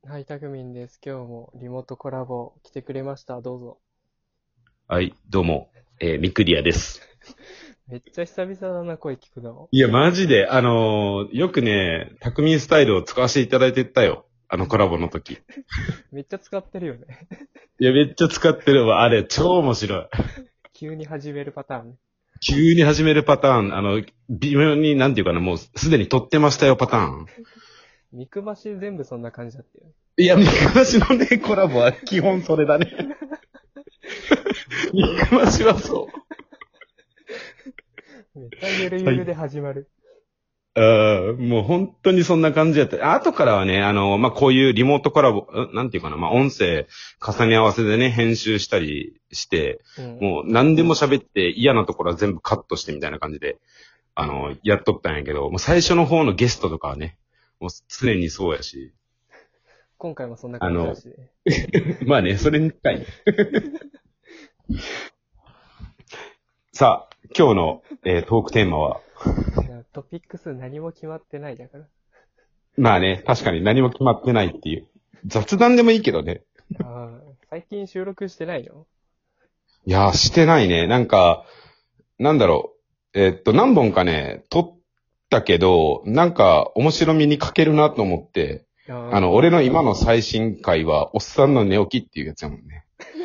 はい、たくみんです。今日もリモートコラボ来てくれました。どうぞ。 はい、どうも、ミクリアです。 めっちゃ久々だな、声聞くの。 いや、マジで、よくね、タクミンスタイルを使わせていただいてたよ。あのコラボの時。 めっちゃ使ってるよね。 いや、めっちゃ使ってるわ。あれ、超面白い。 急に始めるパターンね。 急に始めるパターン、微妙に、なんていうかな、もうすでに撮ってましたよパターン。 ミクバシ全部そんな感じだったよね。 いや、昔のね、コラボは基本それだね。昔はそう。 めっちゃゆるゆるで始まる。 もう本当にそんな感じやった。後からはね、こういうリモートコラボ、なんていうかな、音声重ね合わせでね、編集したりして、 うん。 もう何でも喋って嫌なところは全部カットしてみたいな感じで、やっとったんやけど、もう最初の方のゲストとかはね、もう常にそうやし、 今回もそんなあの、 感じだしね。 まあね、それに近い。さあ、今日の、トークテーマは、 いやトピックス何も決まってないだから。 まあね、確かに何も決まってないっていう。雑談でもいいけどね。 ああ、最近収録してないの？ いやー、してないね。なんか、なんだろう。何本かね、撮ったけど、なんか面白みに欠けるなと思って、 あ俺の今の最新回は、おっさんの寝起きっていうやつやもんね。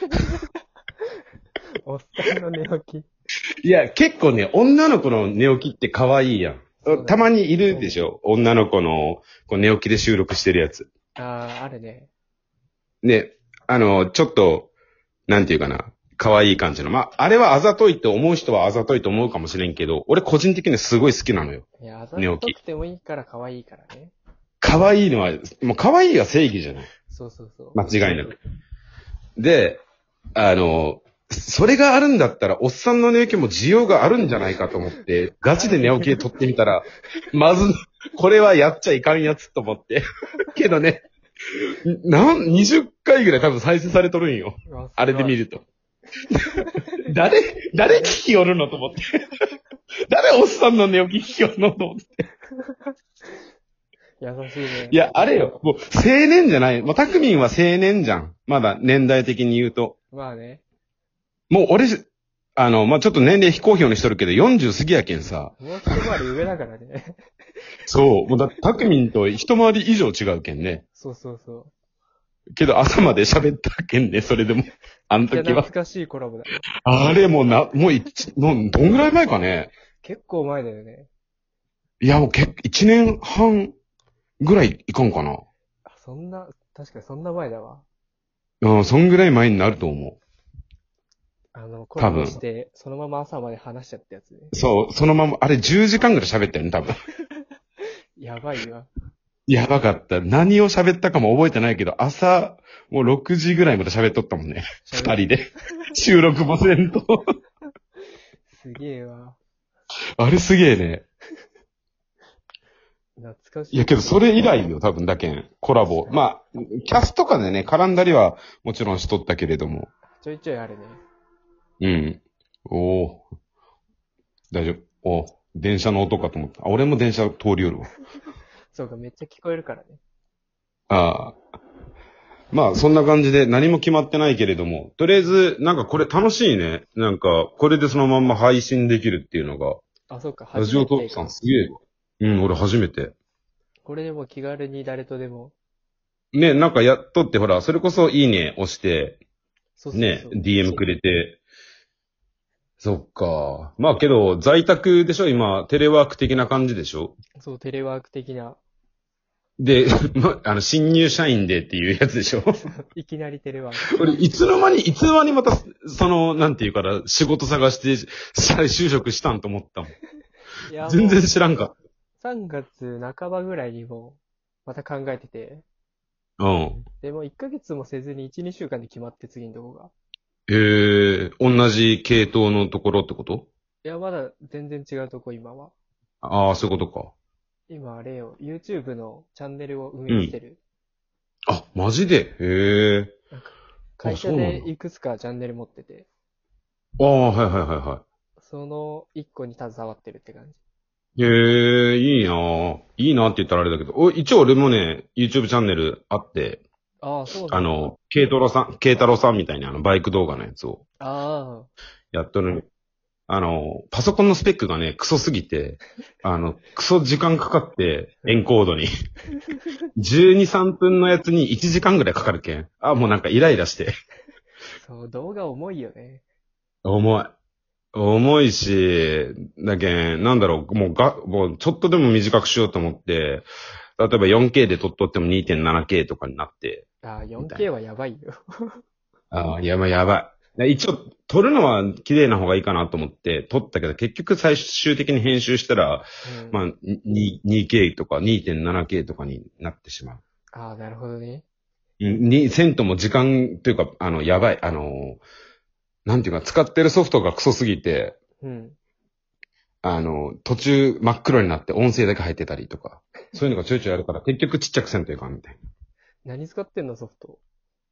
あ、おっさんの寝起き。 いや、結構ね、女の子の寝起きって可愛いやん。 そうだね。 たまにいるでしょ女の子のこう寝起きで収録してるやつ。 ああ、あるね。 ね、ちょっと、なんていうかな。可愛い感じの。まあ、あれはあざといって思う人はあざといと思うかもしれんけど、俺個人的にすごい好きなのよ。 いや、あざ寝起き。 とくてもいいから可愛いからね。 可愛いのは、もう可愛いが正義じゃない。 そうそうそ間違いなく。で、あの、それがあるんだったら、おっさんの寝起きも需要があるんじゃないかと思って、ガチで寝起きで撮ってみたら、まず、これはやっちゃいかんやつと思って。けどね、20回ぐらい多分再生されとるんよ。 う。あ、 あすごい。 れで見ると。誰聞きよるのと思って。誰おっさんの寝起き聞きよるのと思って。 優しいね。 いや、あれよ。もう、青年じゃない。もう、たくみんは青年じゃん。まだ年代的に言うと。 まあね。 もう俺、ちょっと年齢非公表にしとるけど、40過ぎやけんさ。 もう一回り上だからね。 そう。もうだって、たくみんと一回り以上違うけんね。 そうそうそけど、朝まで喋ったけんね、それでも。あう。めっちゃの時は。 懐かしいコラボだね。 あれ、もうどんぐらい前かね。 結構前だよね。 いや、もう1年半ぐらいいかんかな。 あ、確かにそんな前だわ。 うん、そんぐらい前になると思う。 コラボし多分。 て、そのまま朝まで話しちゃったやつね。 そう、そのまま、あれ10時間ぐらい喋ったよね、多分。 やばいわ。 やばかった。何を喋ったかも覚えてないけど、朝、もう6時ぐらいまで喋っとったもんね。 喋っ二人で。収録もせんと。 すげえわ。 あれすげえね。 懐かしい。 いやけど、それ以来よ、多分だけん。コラボ。まあ、キャスとかでね、絡んだりはもちろんしとったけれども。 ちょいちょいあるね。 うん。おお、大丈夫。お電車の音かと思った。あ、俺も電車通りよるわ。 そうか、めっちゃ聞こえるからね。 ああ。まあ、そんな感じで何も決まってないけれども、とりあえず、なんかこれ楽しいね。なんか、これでそのまんま配信できるっていうのが、 あ、そうか、 ラ初ジオトークさんめてか。 すげえわ。うん、俺初めて。 これでも気軽に誰とでも。 ね、なんかやっとってほら、それこそいいね押して、 そうそうね、 そう。 DM くれて。そっか。まあけど、在宅でしょ今、テレワーク的な感じでしょそう、テレワーク的な。 で、新入社員でっていうやつでしょいきなりテレワーク。 俺、いつの間にまた、なんていうから、仕事探して、再就職したんと思ったもん。 いや、 全然もう、 知らんか。 3月半ばぐらいにも、また考えてて。 うん。 でも1ヶ月もせずに1、2週間で決まって次のとこが。 同じ系統のところってこと？ いや、まだ全然違うとこ今は。 ああー、そういうことか。 今あれよ、YouTube のチャンネルを運うん。 営してる。 あ、マジでへえ。 なんか、 あ、 会社そうなんだ。 でいくつかチャンネル持ってて、 ああ、はいはいはいはその1個に携わってるって感じ。 い。へえ、いいなぁ。いいなって言ったらあれだけど、一応俺もね、YouTube チャンネルあって、 ああ、そうなんだ。 慶太郎さんみたいにバイク動画のやつをあやっとる。パソコンのスペックがね、クソすぎて、クソ時間かかって、 あ、うん。 エンコードに。12、3分のやつに1時間ぐらいかかるけん。あ、もうなんかイライラして。 そう、動画重いよね。 重い。重いし、だけん、なんだろう、もうちょっとでも短くしようと思って、例えば 4K で撮っとっても 2.7K とかになって、 ああ、 みたい 4K な。 はやばいよ。 ああ、やばいやばい。一応、撮るのは綺麗な方がいいかなと思って撮ったけど、結局最終的に編集したら、 うん。 まあ、2K とか 2.7K とかになってしまう。 ああ、なるほどね。 セントも時間というか、やばい。なんていうか、使ってるソフトがクソすぎて、 うん。 途中真っ黒になって音声だけ入ってたりとか、そういうのがちょいちょいあるから、結局ちっちゃくせんというか、みたいな。 何使ってんの、ソフト。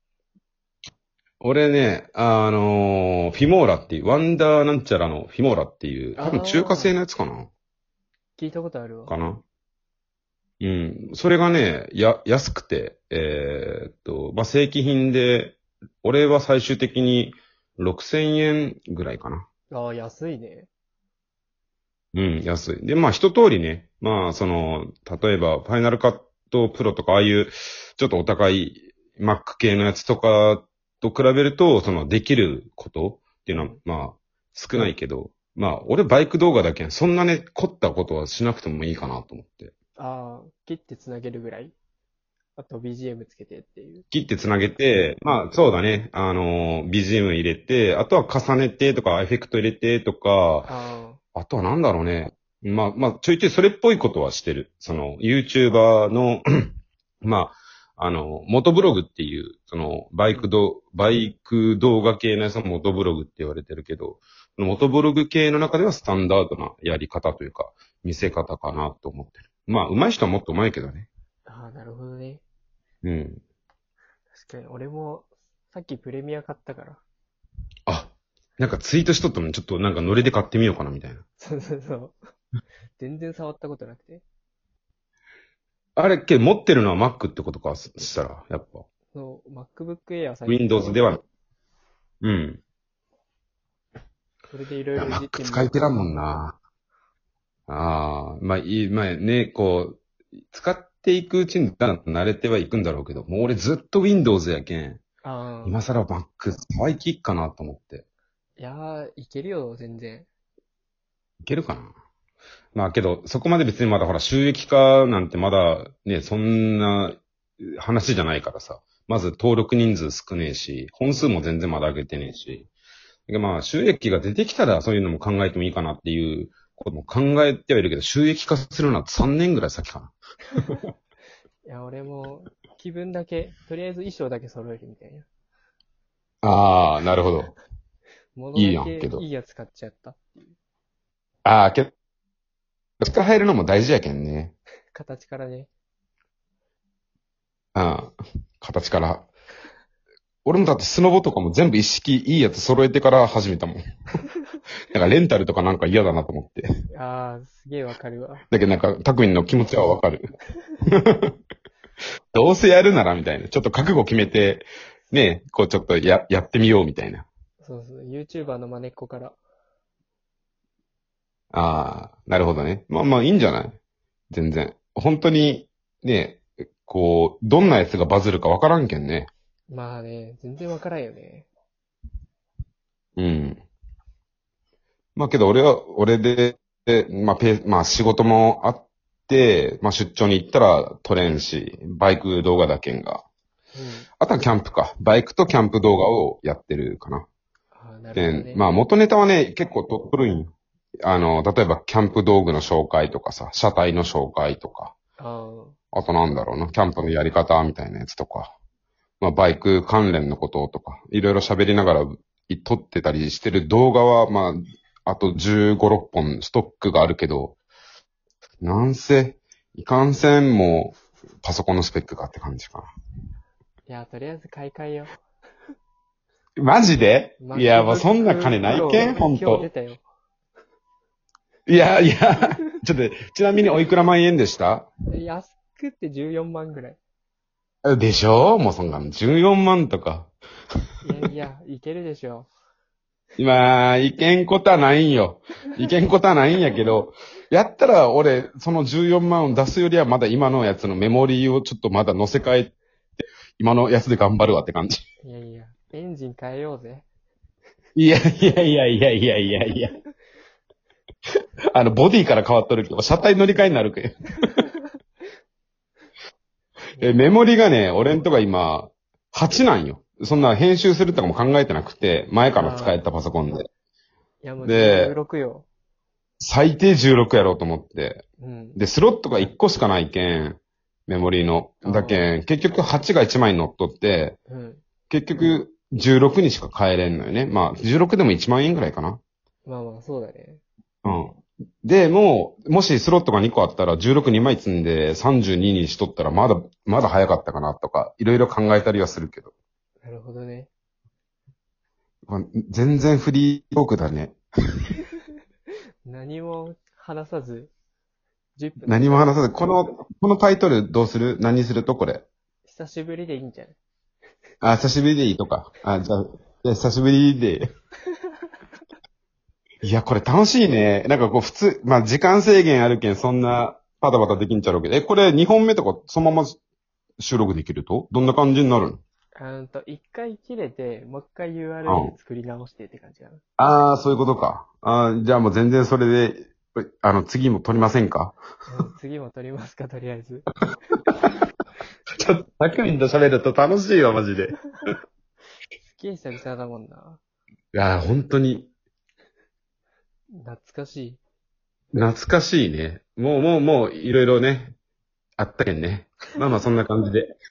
俺ね、フィモーラっていう、ワンダーなんちゃらのフィモーラっていう、多分中華ああ、 製のやつかな聞いたことあるわ。 かなうん。それがね、安くて、まあ、正規品で、俺は最終的に6000円ぐらいかな。 ああ、安いね。 うん、安い。で、まあ一通りね、まあ例えば、ファイナルカットプロとか、ああいう、ちょっとお高い Mac 系のやつとかと比べると、できることっていうのは、 うん。 まあ、少ないけど、まあ、俺バイク動画だけん、そんなね、凝ったことはしなくてもいいかなと思って。 ああ、切ってつなげるぐらい。あと BGM つけてっていう。 切ってつなげて、まあ、そうだね、BGM 入れて、あとは重ねてとか、エフェクト入れてとか、 ああとはなんだろうね。まあ、ちょいちょいそれっぽいことはしてる。YouTuber のま元ブログっていう、 あ、うん。 バイク動画系のやつの元ブログって言われてるけど、その元ブログ系の中ではスタンダードなやり方というか、見せ方かなと思ってる。まあ、上手い人はもっと上手いけどね。 ああ、なるほどね。 うん。 確かに、俺も、さっきプレミア買ったから。 あ、なんかツイートしとったのにちょっとなんかノリで買ってみようかなみたいな。 そうそうそう。全然触ったことなくて。 あれ、持ってるのは Mac ってことか、したら、やっぱ。 そう、MacBook Air 最近買っ Windows では、 て、 うん。 それでいろいや、 いろいじっ Mac てみ使えてらんもようと思って。 んな。ああ、まあいい、まあね、使っていくうちにだんだん慣れてはいくんだろうけど、もう俺ずっと Windows やけん、 ああ、 今更 Mac 触りきっかなと思って。 いやー、いけるよ、全然。 いけるかな。まあけど、そこまで別にまだほら収益化なんてまだね、そんな話じゃないからさ。まず登録人数少ねえし、本数も全然まだ上げてねえし。でまあ収益が出てきたらそういうのも考えてもいいかなっていうことも考えてはいるけど、収益化するのは3年ぐらい先かな。 いや、俺も、気分だけ、とりあえず衣装だけ揃えるみたいな。 ああ、なるほど。 物だいいやん、けど。 けいいやつ買っちゃった。 ああ、力入るのも大事やけんね。 形からね。 うん。形から。俺もだってスノボとかも全部一式いいやつ揃えてから始めたもん。なんかレンタルとかなんか嫌だなと思って。 ああ、すげえわかるわ。 だけどなんか、タクミンの気持ちはわかる。どうせやるならみたいな。ちょっと覚悟決めて、ね、こうちょっとやってみようみたいな。 そうそう、YouTuber の真似っこから。 ああ、なるほどね。まあまあいいんじゃない全然。本当に、ね、どんなやつがバズるかわからんけんね。 まあね、全然わからんよね。 うん。まあけど俺で、まあ仕事もあって、まあ出張に行ったら撮れんし、バイク動画だけんが。 うん。 あとはキャンプか。バイクとキャンプ動画をやってるかな。 ああ、なるほどで、 ね。 まあ元ネタはね、結構撮っとるんよ。例えばキャンプ道具の紹介とかさ、車体の紹介とか、 ああ、 あとなんだろうな、キャンプのやり方みたいなやつとか、まあバイク関連のこととか、いろいろ喋りながら撮ってたりしてる動画は、まあ、あと15、6本ストックがあるけど、なんせ、いかんせんもう、パソコンのスペックがって感じかいや、とりあえず買い替えよな。マジでう。 いや、もう MacBook そんな金ないけん Pro ほんと。 今日出たよ。 いや、いや、ちょっと、ちなみにおいくら万円でした安くって14万ぐらい。 でしょもうそんなの14万とか。 いやいや、いけるでしょ。 今、いけんことはないんよ。いけんことはないんやけど、やったら俺、その14万を出すよりはまだ今のやつのメモリーをちょっとまだ乗せ替えて、今のやつで頑張るわって感じ。 いやいや、エンジン変えようぜ。 いやいやいやいやいやいやいや。ボディから変わっとるけど、車体乗り換えになるけ。メモリがね、俺んとか今、8なんよ。そんな編集するとかも考えてなくて、前から使えたパソコンで。 いやもうで 16よ。 最低16やろうと思って。 うん。 で、スロットが1個しかないけん、メモリの。だけん、結局8が1枚に乗っとって、 うん。 結局16にしか買えれんのよね。まあ、16でも1万円ぐらいかな。 まあまあ、そうだね。 うん。で、もしスロットが2個あったら16、2枚積んで32にしとったらまだ早かったかなとか、いろいろ考えたりはするけど。 なるほどね。 まあ全然フリートークだね。 何も話さず、10分。 何も話さず、このタイトルどうする？何するとこれ。 久しぶりでいいんじゃない？ あ、久しぶりでいいとか。あ、じゃあ、久しぶりで。いや、これ楽しいね。なんかこう普通、まあ時間制限あるけん、そんなパタパタできんちゃろうけど。これ2本目とかそのまま収録できるとどんな感じになるの？ 一回切れて、もう一回 URL 作り直してって感じかな。 ああ、そういうことか。ああ、じゃあもう全然それで、次も撮りませんか？ 次も撮りますか、とりあえず。 ちょっと、100人と喋ると楽しいわ、マジで。 すっげえ久々だもんな。 いやー、本当に、 懐かしい。 懐かしいね。もう、いろいろね、あったけんね。まあまあ、そんな感じで。